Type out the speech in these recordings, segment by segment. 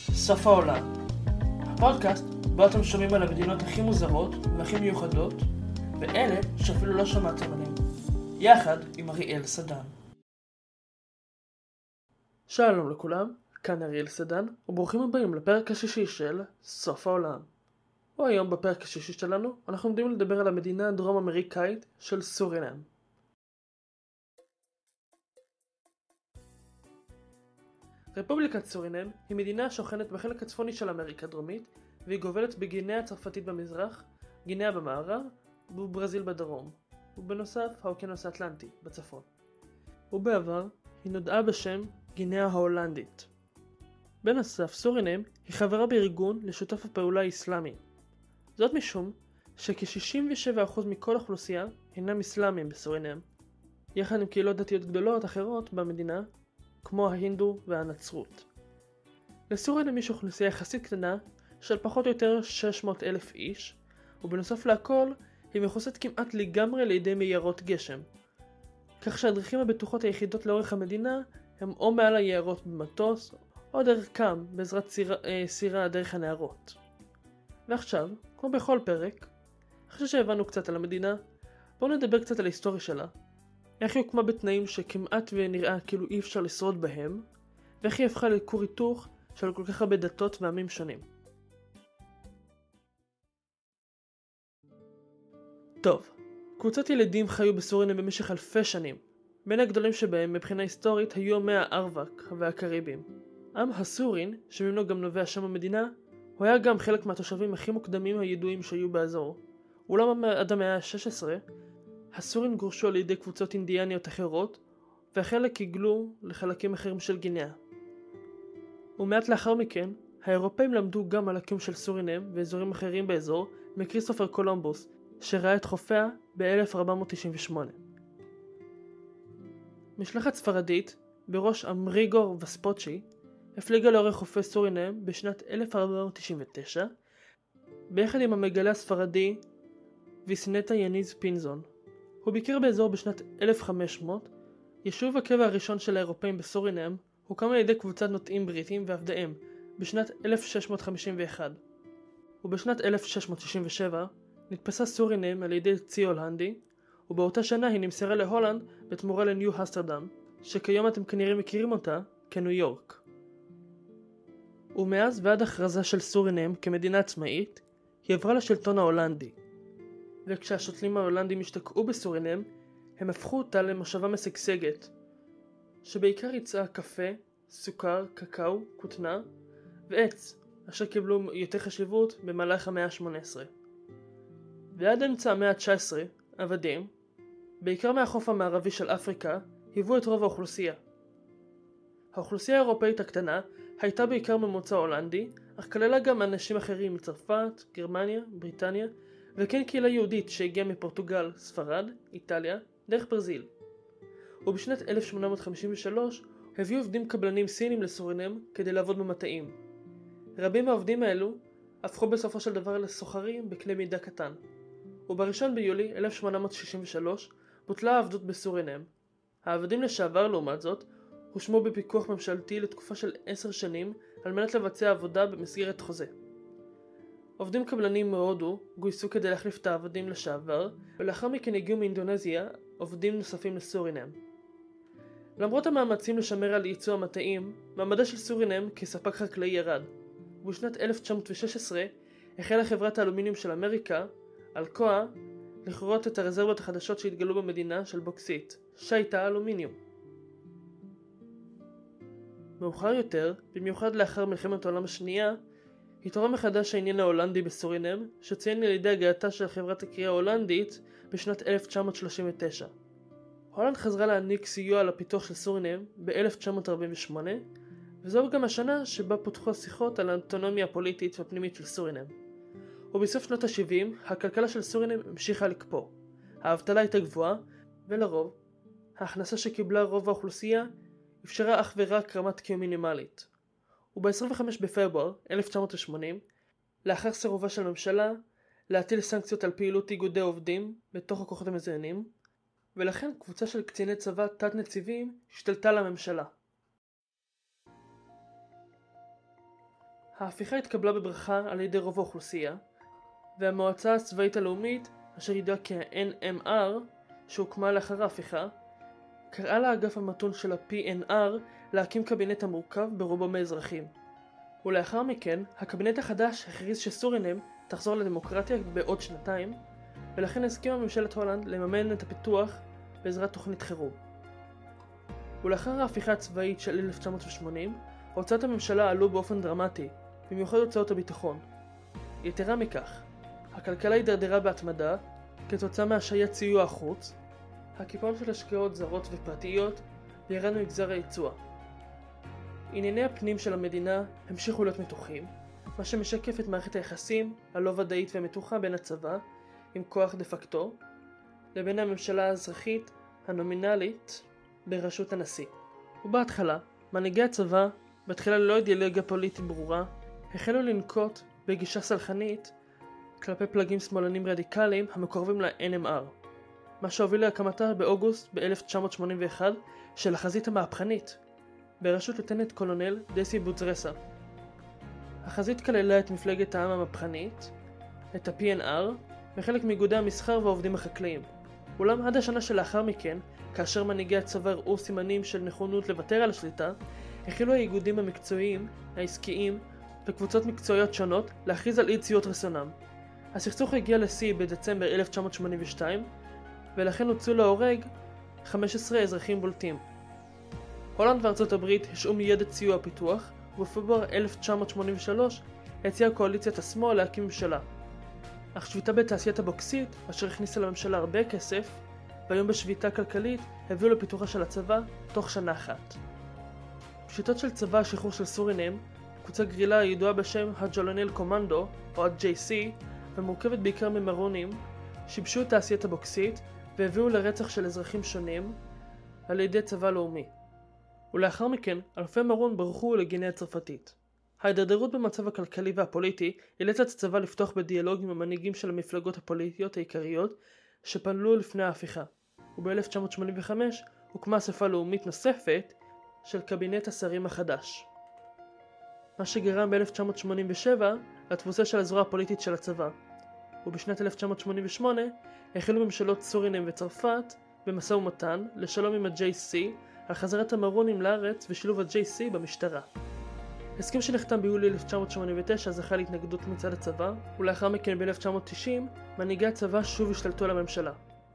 סוף העולם, הפודקאסט בו אתם שומעים על המדינות הכי מוזרות והכי מיוחדות, ואלה שאפילו לא שמעתם עליהם, יחד עם אריאל סדן. שלום לכולם, כאן אריאל סדן, וברוכים הבאים לפרק השישי של סוף העולם. היום בפרק השישי שלנו אנחנו עומדים לדבר על המדינה הדרום אמריקאית של סורינם. רפובליקת סורינם היא מדינה שוכנת בחלק הצפוני של אמריקה הדרומית, והיא גובלת בגינאה הצרפתית במזרח, גינאה במערב וברזיל בדרום, ובנוסף האוקיינוס האטלנטי בצפון. ובעבר היא נודעה בשם גינאה ההולנדית. בנוסף, סורינם היא חברה בארגון לשותף הפעולה האסלאמי. זאת משום שכ-67% מכל האוכלוסייה הינם אסלאמים בסורינם, יחד עם קהילות דתיות גדולות אחרות במדינה, כמו ההינדו והנצרות. לסורינם יש אוכלוסייה יחסית קטנה של פחות או יותר 600,000 איש, ובנוסף להכל היא מכוסת כמעט לגמרי לידי מיערות גשם, כך שהדרכים הבטוחות היחידות לאורך המדינה הם או מעל היערות במטוס, או דרכם בעזרת סירה דרך הנהרות. ועכשיו, כמו בכל פרק, אחרי שהבנו קצת על המדינה, בואו נדבר קצת על ההיסטוריה שלה, איך היא הוקמה בתנאים שכמעט ונראה כאילו אי אפשר לשרוד בהם, ואיך היא הפכה לכור היתוך של כל כך הרבה דתות ועמים שונים. טוב, קבוצות ילדים חיו בסורינם במשך אלפי שנים. בין הגדולים שבהם מבחינה היסטורית היו עמי הארווק והקריבים. עם הסורין, שממנו גם נובע שם המדינה, הוא היה גם חלק מהתושבים הכי מוקדמים הידועים שהיו באזור. אולם עד המאה ה-16, הסורין גורשו על ידי קבוצות אינדיאניות אחרות, והחלק היגלו לחלקים אחרים של גינאה. ומעט לאחר מכן, האירופאים למדו גם על הקיום של סורינם ואזורים אחרים באזור מכריסטופר קולומבוס, שראה את חופיה ב-1498. משלחת ספרדית, בראש אמריגו וספוצ'י, הפליגה לאורך חופי סורינם בשנת 1499, ביחד עם המגלה הספרדי ויסנטה יניז פינזון. הוא ביקר באזור בשנת 1500. יישוב הקבע הראשון של האירופאים בסורינם הוקם על ידי קבוצת נוטעים בריטים ועבדיהם בשנת 1651. ובשנת 1667 נתפסה סורינם על ידי צי הולנדי, ובאותה שנה היא נמסרה להולנד בתמורה לניו אמסטרדם, שכיום אתם כנראה מכירים אותה כניו יורק. ומאז ועד הכרזה של סורינם כמדינה עצמאית, היא עברה לשלטון ההולנדי. וכשהשוטלים ההולנדים השתקעו בסורינם, הם הפכו אותה למושבה משגשגת, שבעיקר ייצאה קפה, סוכר, קקאו, כותנה ועץ, אשר קיבלו יותר חשיבות במהלך המאה ה-18. ועד אמצע המאה ה-19, עבדים, בעיקר מהחוף המערבי של אפריקה, היוו את רוב האוכלוסייה. האוכלוסייה האירופאית הקטנה הייתה בעיקר ממוצא הולנדי, אך כללה גם אנשים אחרים מצרפת, גרמניה, בריטניה, וכן קהילה יהודית שהגיעה מפורטוגל, ספרד, איטליה, דרך ברזיל. ובשנת 1853 הביאו עובדים קבלנים סינים לסורינם כדי לעבוד במטעים. רבים מהעובדים האלו הפכו בסופו של דבר לסוחרים בקנה מידה קטן. וב-1 ביולי 1863 בוטלה העבדות בסורינם. העבדים לשעבר לעומת זאת הושמו בפיקוח ממשלתי לתקופה של 10 שנים על מנת לבצע עבודה במסגרת חוזה. עובדים קבלנים מהודו גויסו כדי להחליף את העבדים לשעבר, ולאחר מכן הגיעו מאינדונזיה עובדים נוספים לסורינם. למרות המאמצים לשמר על ייצוא המטעים, מעמדה של סורינם כספק חקלאי ירד. ובשנת 1916 החלה חברת האלומיניום של אמריקה, אלקואה, לכרות את הרזרבות החדשות שהתגלו במדינה של בוקסית, שהייתה אלומיניום. מאוחר יותר, במיוחד לאחר מלחמת העולם השנייה, התעורר מחדש העניין ההולנדי בסורינם, שציין על ידי הגעתה של חברת הקריאה ההולנדית בשנת 1939. הולנד חזרה להעניק סיוע לפיתוח של סורינם ב-1948, וזו גם השנה שבה פותחו השיחות על האוטונומיה הפוליטית והפנימית של סורינם. ובסוף שנות ה-70, הכלכלה של סורינם המשיכה לקפוא. האבטלה הייתה גבוהה, ולרוב, ההכנסה שקיבלה רוב האוכלוסייה אפשרה אך ורק רמת קיום מינימלית. וב-25 בפברואר 1980, לאחר סירובה של הממשלה להטיל סנקציות על פעילות איגודי עובדים בתוך הכוחות המזוינים, ולכן קבוצה של קציני צבא תת-נציבים השתלטה לממשלה. ההפיכה התקבלה בברכה על ידי רוב האוכלוסייה, והמועצה הצבאית הלאומית, אשר ידועה כ-NMR, שהוקמה לאחר ההפיכה, קראה לאגף המתון של ה-PNR להקים קבינט המורכב ברובו מאזרחים. ולאחר מכן, הקבינט החדש הכריז שסורינם תחזור לדמוקרטיה בעוד 2 ולכן הסכימה ממשלת הולנד לממן את הפיתוח בעזרת תוכנית חירום. ולאחר ההפיכה הצבאית של 1980, הוצאות הממשלה עלו באופן דרמטי, במיוחד הוצאות הביטחון. יתרה מכך, הכלכלה הידרדרה בהתמדה כתוצאה מהשהיית סיוע החוץ, הקיפאון של השקעות זרות ופרטיות וירד ממגזר הייצוא. ענייני הפנים של המדינה המשיכו להיות מתוחים, מה שמשקף את מערכת היחסים הלא ודאית ומתוחה בין הצבא, עם כוח דה פקטו, לבין הממשלה האזרחית הנומינלית בראשות הנשיא. ובהתחלה, מנהיגי הצבא, בתחילה ללא אידיאולוגיה פוליטית ברורה, החלו לנקוט בגישה סלחנית כלפי פלגים שמאלנים רדיקליים המקורבים ל-NMR, מה שהוביל להקמתה באוגוסט ב-1981 של החזית המהפכנית, בראשות ליeutenant קולונל דסי בוזרסה. החזית כללה את מפלגת העם המהפכנית, את ה-PNR, וחלק מאיגודי המסחר והעובדים החקלאיים. אולם עד השנה שלאחר מכן, כאשר מנהיגי הצבא הראו סימנים של נכונות לוותר על השליטה, החלו האיגודים המקצועיים, העסקיים וקבוצות מקצועיות שונות להכריז על אי ציות רצונם. הסכסוך הגיע לשיא בדצמבר 1982, ולכן הוצאו להורג 15 אזרחים בולטים. הולנד וארצות הברית השעו מיד את סיוע הפיתוח, ובפברואר 1983 הציעה קואליציית השמאל להקים ממשלה. אך שביתה בתעשיית הבוקסית, אשר הכניסה לממשלה הרבה כסף, והיום בשביתה כלכלית, הביאו לפיתוחה של הצבא תוך שנה אחת. פשיטות של צבא השחרור של סורינם, קבוצה גרילה הידועה בשם הג'ולונל קומנדו, או ה-JC, ומורכבת בעיקר ממרונים, שיבשו את תעשיית הבוקסית והביאו לרצח של אזרחים שונים על ידי צבא לאומי. ולאחר מכן, אלפי מרון ברחו לגיני הצרפתית. ההידרדרות במצב הכלכלי והפוליטי אילץ את הצבא לפתוח בדיאלוג עם המנהיגים של המפלגות הפוליטיות העיקריות שפעלו לפני ההפיכה, וב-1985 הוקמה אספה לאומית נוספת של קבינט השרים החדש. מה שגרם ב-1987 לתבוסה של הזרוע הפוליטית של הצבא, ובשנת 1988 החלו ממשלות סורינם וצרפת במשא ומתן לשלום עם ה-JC על חזרת המרונים לארץ ושילוב ה-JC במשטרה. הסכם שנחתם ביולי 1989 זכה להתנגדות מצד הצבא, ולאחר מכן ב-1990 מנהיגי הצבא שוב השתלטו על הממשלה.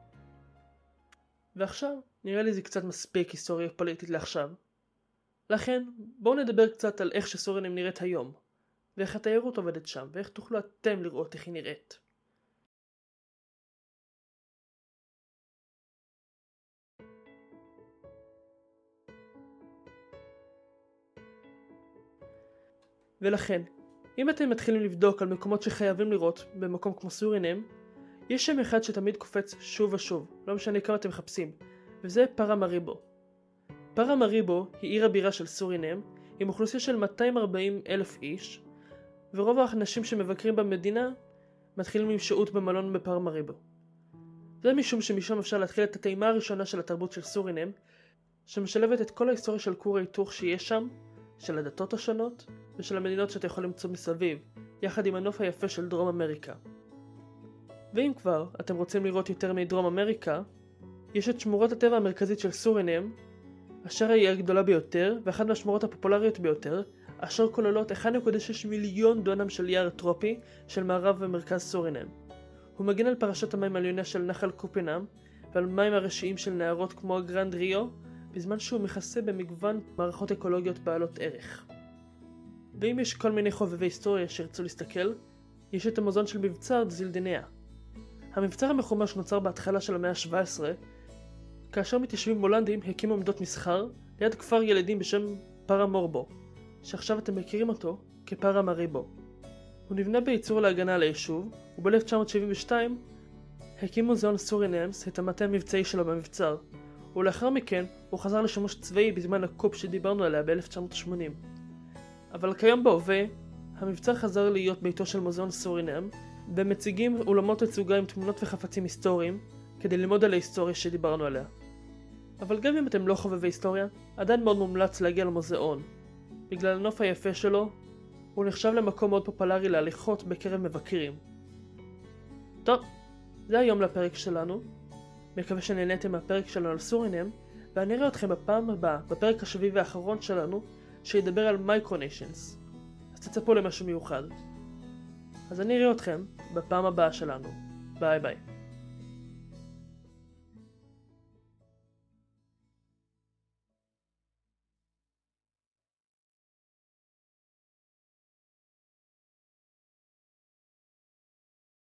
ועכשיו נראה לי זה קצת מספיק היסטוריה פוליטית לעכשיו. לכן בואו נדבר קצת על איך שסורינם נראית היום, ואיך התיירות עובדת שם, ואיך תוכלו אתם לראות איך היא נראית. ולכן, אם אתם מתחילים לבדוק על מקומות שחייבים לראות במקום כמו סורינם, יש שם אחד שתמיד קופץ שוב ושוב, לא משנה כמה אתם מחפשים, וזה פרמריבו. פרמריבו היא עיר הבירה של סורינם, עם אוכלוסייה של 240,000 איש, ורוב האנשים שמבקרים במדינה מתחילים עם שהות במלון בפרמריבו. זה משום שמשם אפשר להתחיל את הטעימה הראשונה של התרבות של סורינם, שמשלבת את כל ההיסטוריה של כור ההיתוך שיש שם, של הדתות השונות ושל המדינות שאתה יכול למצוא מסביב, יחד עם הנוף היפה של דרום אמריקה. ואם כבר אתם רוצים לראות יותר מדרום אמריקה, יש את שמורת הטבע המרכזית של סורינם, אשר היא הגדולה ביותר ואחת מהשמורות הפופולריות ביותר, אשר כוללות 1.6 מיליון דונם של יער טרופי של מערב ומרכז סורינם. הוא מגן על פרשת המים העליונה של נחל קופנהאם ועל מים הראשיים של נהרות כמו הגרנד ריו, בזמן שהוא מכסה במגוון מערכות אקולוגיות בעלות ערך. ואם יש כל מיני חובבי היסטוריה שירצו להסתכל, יש את המוזיאון של מבצר זילדנאה. המבצר המחומש נוצר בהתחלה של המאה ה-17, כאשר מתיישבים הולנדים הקימו עמדות מסחר ליד כפר ילדים בשם פרמורבו, שעכשיו אתם מכירים אותו כפרמריבו. הוא נבנה בייצור להגנה על היישוב, וב-1972 הקים מוזיאון סורינמס את המטה המבצעי שלו במבצר, ולאחר מכן הוא חזר לשימוש צבאי בזמן הקופ שדיברנו עליה ב-1980. אבל כיום בהווה, המבצר חזר להיות ביתו של מוזיאון סורינם, ומציגים אולמות תצוגה עם תמונות וחפצים היסטוריים, כדי ללמוד על ההיסטוריה שדיברנו עליה. אבל גם אם אתם לא חובבי היסטוריה, עדיין מאוד מומלץ להגיע למוזיאון. בגלל הנוף היפה שלו, הוא נחשב למקום מאוד פופולרי להליכות בקרב מבקרים. טוב, זה היום לפרק שלנו. מקווה שנהניתם מהפרק שלנו על סורינם, ואני אראה אתכם בפעם הבאה, בפרק השביעי והאחרון שלנו, שידבר על מייקרוניישנס. אז תצפו למשהו מיוחד. אז אני אראה אתכם בפעם הבאה שלנו. ביי ביי.